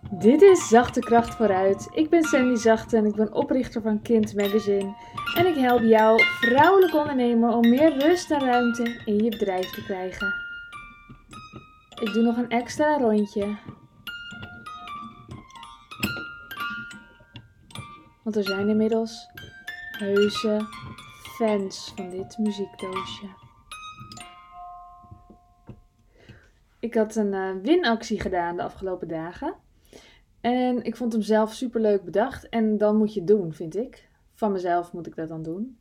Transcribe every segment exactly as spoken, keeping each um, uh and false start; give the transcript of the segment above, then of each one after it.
Dit is Zachte Kracht Vooruit. Ik ben Sandy Zachte en ik ben oprichter van Kind Magazine. En ik help jou, vrouwelijke ondernemer, om meer rust en ruimte in je bedrijf te krijgen. Ik doe nog een extra rondje. Want er zijn inmiddels heuse fans van dit muziekdoosje. Ik had een uh, winactie gedaan de afgelopen dagen. En ik vond hem zelf superleuk bedacht. En dan moet je het doen, vind ik. Van mezelf moet ik dat dan doen.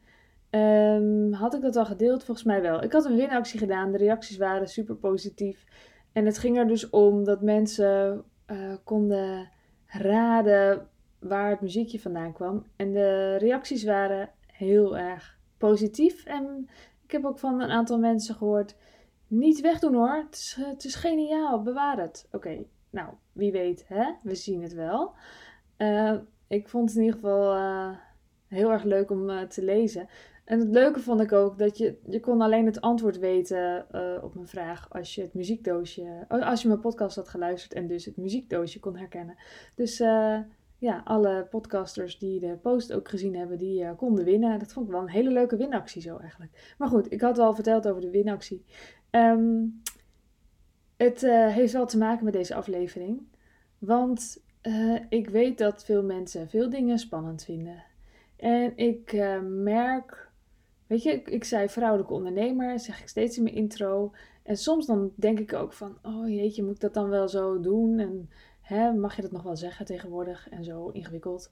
Um, had ik dat al gedeeld? Volgens mij wel. Ik had een winactie gedaan. De reacties waren super positief. En het ging er dus om dat mensen uh, konden raden waar het muziekje vandaan kwam. En de reacties waren heel erg positief. En ik heb ook van een aantal mensen gehoord: niet wegdoen hoor, het is, het is geniaal, bewaar het. Oké, okay, nou, wie weet, hè? We zien het wel. Uh, ik vond het in ieder geval uh, heel erg leuk om uh, te lezen. En het leuke vond ik ook dat je, je kon alleen het antwoord weten uh, op mijn vraag als je het muziekdoosje, als je mijn podcast had geluisterd en dus het muziekdoosje kon herkennen. Dus uh, ja, alle podcasters die de post ook gezien hebben, die uh, konden winnen. Dat vond ik wel een hele leuke winactie zo eigenlijk. Maar goed, ik had al verteld over de winactie. Um, het uh, heeft wel te maken met deze aflevering. Want uh, ik weet dat veel mensen veel dingen spannend vinden. En ik uh, merk, weet je, ik, ik zei vrouwelijke ondernemer, zeg ik steeds in mijn intro. En soms dan denk ik ook van, oh jeetje, moet ik dat dan wel zo doen? En hè, mag je dat nog wel zeggen tegenwoordig? En zo ingewikkeld.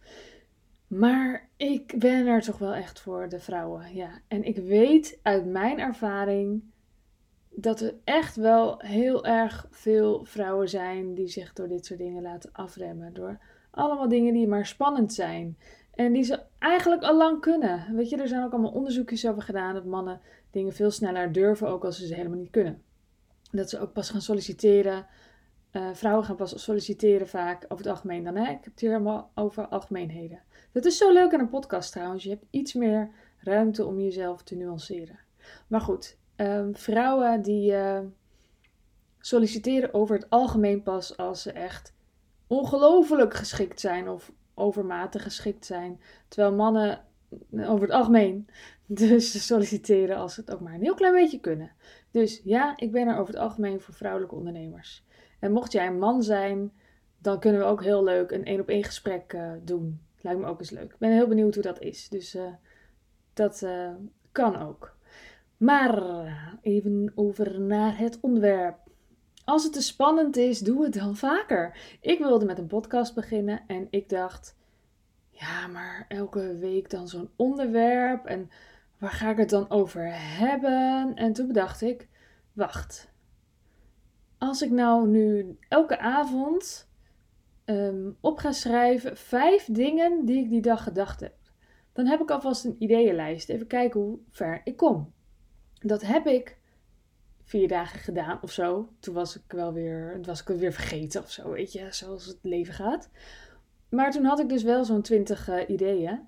Maar ik ben er toch wel echt voor de vrouwen, ja. En ik weet uit mijn ervaring dat er echt wel heel erg veel vrouwen zijn die zich door dit soort dingen laten afremmen. Door allemaal dingen die maar spannend zijn. En die ze eigenlijk al lang kunnen. Weet je, er zijn ook allemaal onderzoekjes over gedaan dat mannen dingen veel sneller durven, ook als ze ze helemaal niet kunnen. Dat ze ook pas gaan solliciteren. Uh, vrouwen gaan pas solliciteren vaak over het algemeen dan. Hè? Ik heb het hier helemaal over algemeenheden. Dat is zo leuk aan een podcast trouwens. Je hebt iets meer ruimte om jezelf te nuanceren. Maar goed. Um, vrouwen die uh, solliciteren over het algemeen pas als ze echt ongelooflijk geschikt zijn of overmatig geschikt zijn. Terwijl mannen over het algemeen dus solliciteren als ze het ook maar een heel klein beetje kunnen. Dus ja, ik ben er over het algemeen voor vrouwelijke ondernemers. En mocht jij een man zijn, dan kunnen we ook heel leuk een één op één gesprek uh, doen. Lijkt me ook eens leuk. Ik ben heel benieuwd hoe dat is. Dus uh, dat uh, kan ook. Maar even over naar het onderwerp. Als het te spannend is, doe het dan vaker. Ik wilde met een podcast beginnen en ik dacht, ja, maar elke week dan zo'n onderwerp en waar ga ik het dan over hebben? En toen bedacht ik, wacht. Als ik nou nu elke avond um, op ga schrijven vijf dingen die ik die dag gedacht heb, dan heb ik alvast een ideeënlijst. Even kijken hoe ver ik kom. Dat heb ik vier dagen gedaan of zo. Toen was ik wel weer, was ik het weer vergeten of zo, weet je, zoals het leven gaat. Maar toen had ik dus wel zo'n twintig uh, ideeën.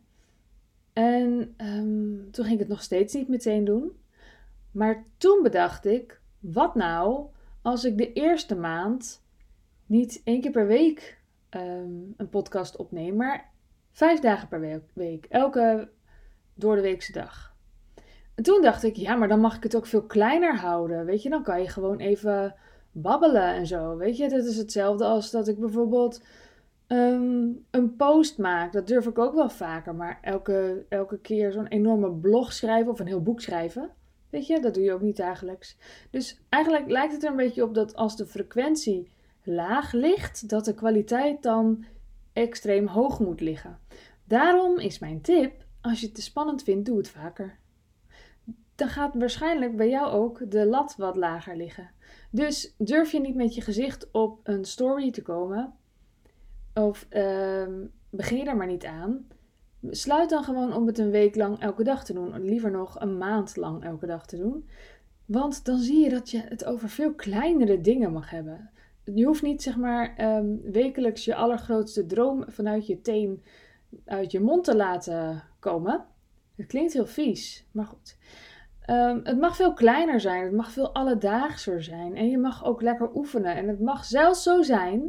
En um, toen ging ik het nog steeds niet meteen doen. Maar toen bedacht ik, wat nou als ik de eerste maand niet één keer per week um, een podcast opneem, maar vijf dagen per week. Elke doordeweekse dag. En toen dacht ik, ja, maar dan mag ik het ook veel kleiner houden. Weet je, dan kan je gewoon even babbelen en zo. Weet je, dat is hetzelfde als dat ik bijvoorbeeld um, een post maak. Dat durf ik ook wel vaker. Maar elke, elke keer zo'n enorme blog schrijven of een heel boek schrijven. Weet je, dat doe je ook niet dagelijks. Dus eigenlijk lijkt het er een beetje op dat als de frequentie laag ligt, dat de kwaliteit dan extreem hoog moet liggen. Daarom is mijn tip, als je het te spannend vindt, doe het vaker. Dan gaat waarschijnlijk bij jou ook de lat wat lager liggen. Dus durf je niet met je gezicht op een story te komen, of uh, begin je er maar niet aan, sluit dan gewoon om het een week lang elke dag te doen. Of liever nog een maand lang elke dag te doen. Want dan zie je dat je het over veel kleinere dingen mag hebben. Je hoeft niet zeg maar um, wekelijks je allergrootste droom vanuit je teen uit je mond te laten komen. Het klinkt heel vies, maar goed. Um, het mag veel kleiner zijn, het mag veel alledaagser zijn en je mag ook lekker oefenen. En het mag zelfs zo zijn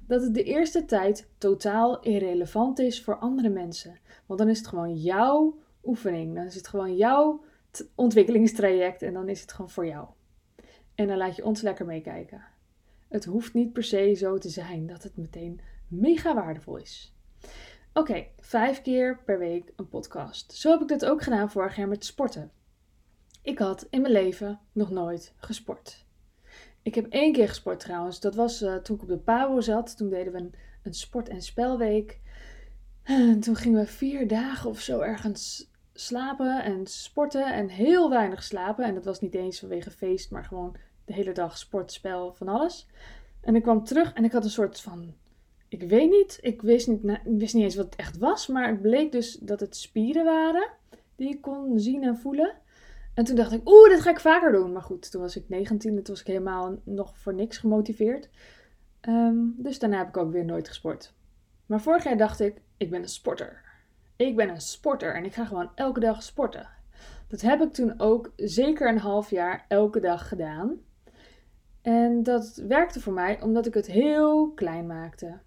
dat het de eerste tijd totaal irrelevant is voor andere mensen. Want dan is het gewoon jouw oefening. Dan is het gewoon jouw t- ontwikkelingstraject en dan is het gewoon voor jou. En dan laat je ons lekker meekijken. Het hoeft niet per se zo te zijn dat het meteen mega waardevol is. Oké, okay, vijf keer per week een podcast. Zo heb ik dat ook gedaan vorig jaar met sporten. Ik had in mijn leven nog nooit gesport. Ik heb één keer gesport trouwens. Dat was uh, toen ik op de PABO zat. Toen deden we een, een sport- en spelweek. En toen gingen we vier dagen of zo ergens slapen en sporten. En heel weinig slapen. En dat was niet eens vanwege feest, maar gewoon de hele dag sport, spel, van alles. En ik kwam terug en ik had een soort van... Ik weet niet, ik wist niet, nou, ik wist niet eens wat het echt was. Maar het bleek dus dat het spieren waren die ik kon zien en voelen. En toen dacht ik, oeh, dit ga ik vaker doen. Maar goed, toen was ik negentien en toen was ik helemaal nog voor niks gemotiveerd. Um, dus daarna heb ik ook weer nooit gesport. Maar vorig jaar dacht ik, ik ben een sporter. Ik ben een sporter en ik ga gewoon elke dag sporten. Dat heb ik toen ook zeker een half jaar elke dag gedaan. En dat werkte voor mij omdat ik het heel klein maakte.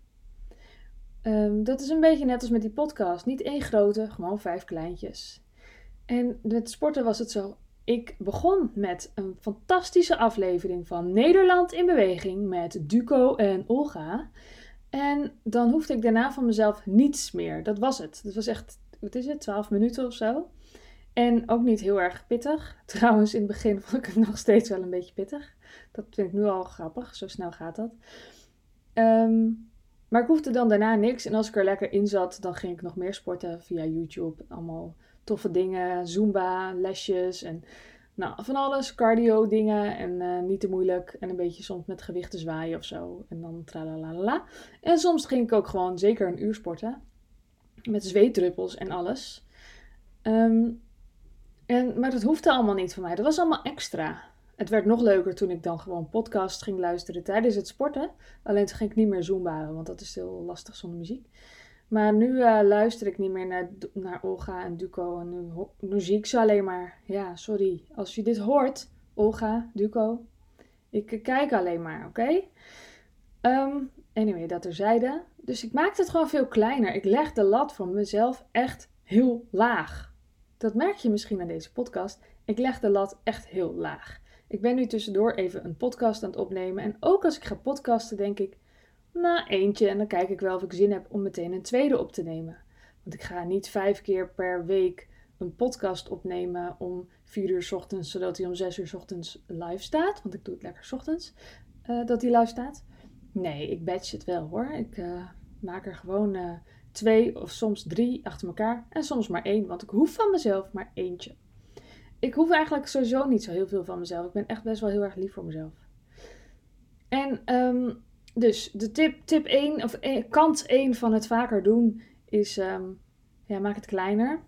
Um, dat is een beetje net als met die podcast. Niet één grote, gewoon vijf kleintjes. En met sporten was het zo. Ik begon met een fantastische aflevering van Nederland in Beweging met Duco en Olga. En dan hoefde ik daarna van mezelf niets meer. Dat was het. Dat was echt, wat is het, twaalf minuten of zo. En ook niet heel erg pittig. Trouwens, in het begin vond ik het nog steeds wel een beetje pittig. Dat vind ik nu al grappig. Zo snel gaat dat. Um, maar ik hoefde dan daarna niks. En als ik er lekker in zat, dan ging ik nog meer sporten via YouTube. Allemaal toffe dingen, Zumba, lesjes en nou, van alles, cardio dingen en uh, niet te moeilijk. En een beetje soms met gewichten zwaaien of zo. En dan tralalala. En soms ging ik ook gewoon zeker een uur sporten. Met zweetdruppels en alles. Um, en, maar dat hoefde allemaal niet van mij. Dat was allemaal extra. Het werd nog leuker toen ik dan gewoon podcast ging luisteren tijdens het sporten. Alleen toen ging ik niet meer Zumba, want dat is heel lastig zonder muziek. Maar nu uh, luister ik niet meer naar, naar Olga en Duco. En nu, ho- nu zie ik ze alleen maar. Ja, sorry. Als je dit hoort, Olga, Duco. Ik uh, kijk alleen maar, oké? Okay? Um, anyway, dat terzijde. Dus ik maak het gewoon veel kleiner. Ik leg de lat voor mezelf echt heel laag. Dat merk je misschien aan deze podcast. Ik leg de lat echt heel laag. Ik ben nu tussendoor even een podcast aan het opnemen. En ook als ik ga podcasten denk ik... Nou, eentje en dan kijk ik wel of ik zin heb om meteen een tweede op te nemen. Want ik ga niet vijf keer per week een podcast opnemen om vier uur 's ochtends, zodat hij om zes uur 's ochtends live staat. Want ik doe het lekker 's ochtends, uh, dat hij live staat. Nee, ik batch het wel hoor. Ik uh, maak er gewoon uh, twee of soms drie achter elkaar en soms maar één. Want ik hoef van mezelf maar eentje. Ik hoef eigenlijk sowieso niet zo heel veel van mezelf. Ik ben echt best wel heel erg lief voor mezelf. En... Um, Dus de tip, tip één, of eh, kant één van het vaker doen is, um, ja, maak het kleiner.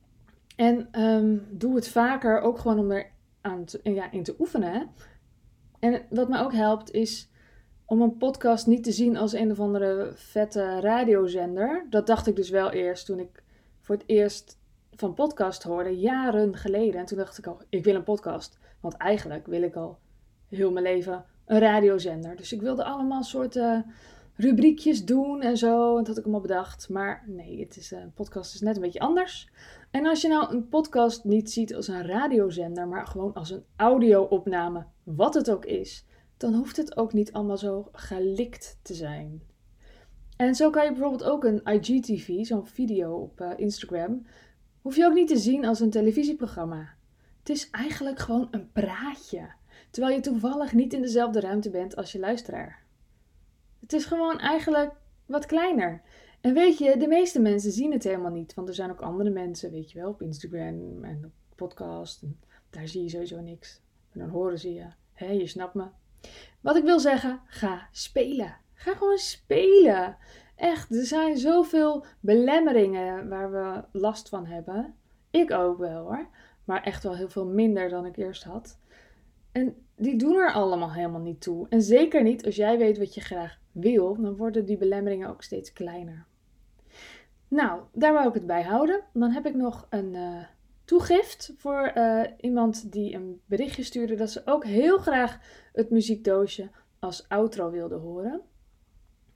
En um, doe het vaker ook gewoon om er aan te, ja, in te oefenen. Hè? En wat mij ook helpt is om een podcast niet te zien als een of andere vette radiozender. Dat dacht ik dus wel eerst toen ik voor het eerst van podcast hoorde, jaren geleden. En toen dacht ik al, ik wil een podcast. Want eigenlijk wil ik al heel mijn leven een radiozender. Dus ik wilde allemaal soorten rubriekjes doen en zo. En dat had ik allemaal bedacht. Maar nee, het is, een podcast is net een beetje anders. En als je nou een podcast niet ziet als een radiozender, maar gewoon als een audio-opname, wat het ook is, dan hoeft het ook niet allemaal zo gelikt te zijn. En zo kan je bijvoorbeeld ook een I G T V, zo'n video op uh, Instagram, hoef je ook niet te zien als een televisieprogramma. Het is eigenlijk gewoon een praatje. Terwijl je toevallig niet in dezelfde ruimte bent als je luisteraar. Het is gewoon eigenlijk wat kleiner. En weet je, de meeste mensen zien het helemaal niet. Want er zijn ook andere mensen, weet je wel, op Instagram en op podcast. En daar zie je sowieso niks. En dan horen ze je. Hé, je snapt me. Wat ik wil zeggen, ga spelen. Ga gewoon spelen. Echt, er zijn zoveel belemmeringen waar we last van hebben. Ik ook wel hoor. Maar echt wel heel veel minder dan ik eerst had. En die doen er allemaal helemaal niet toe. En zeker niet als jij weet wat je graag wil, dan worden die belemmeringen ook steeds kleiner. Nou, daar wou ik het bij houden. Dan heb ik nog een uh, toegift voor uh, iemand die een berichtje stuurde dat ze ook heel graag het muziekdoosje als outro wilde horen.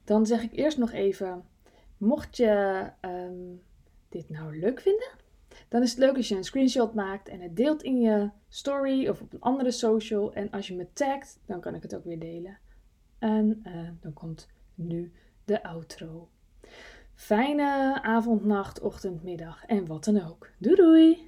Dan zeg ik eerst nog even, mocht je um, dit nou leuk vinden, dan is het leuk als je een screenshot maakt en het deelt in je story of op een andere social. En als je me tagt, dan kan ik het ook weer delen. En uh, dan komt nu de outro. Fijne avond, nacht, ochtend, middag en wat dan ook. Doei doei!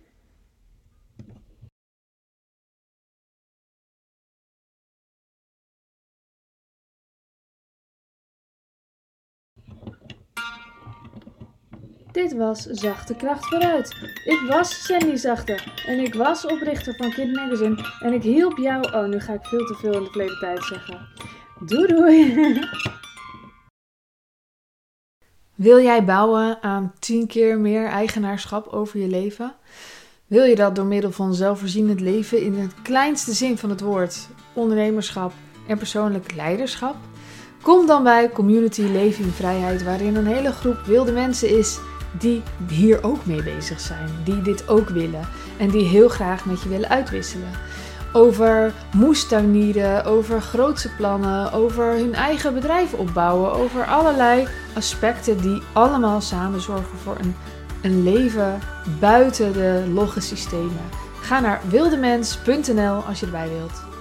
Dit was Zachte Kracht Vooruit. Ik was Sandy Zachte en ik was oprichter van Kind Magazine en ik hielp jou... Oh, nu ga ik veel te veel in de verleden tijd zeggen. Doei doei! Wil jij bouwen aan tien keer meer eigenaarschap over je leven? Wil je dat door middel van zelfvoorzienend leven in het kleinste zin van het woord, ondernemerschap en persoonlijk leiderschap? Kom dan bij Community Leven in Vrijheid, waarin een hele groep wilde mensen is die hier ook mee bezig zijn, die dit ook willen en die heel graag met je willen uitwisselen. Over moestuinieren, over grootse plannen, over hun eigen bedrijf opbouwen, over allerlei aspecten die allemaal samen zorgen voor een, een leven buiten de logge systemen. Ga naar wildemens punt n l als je erbij wilt.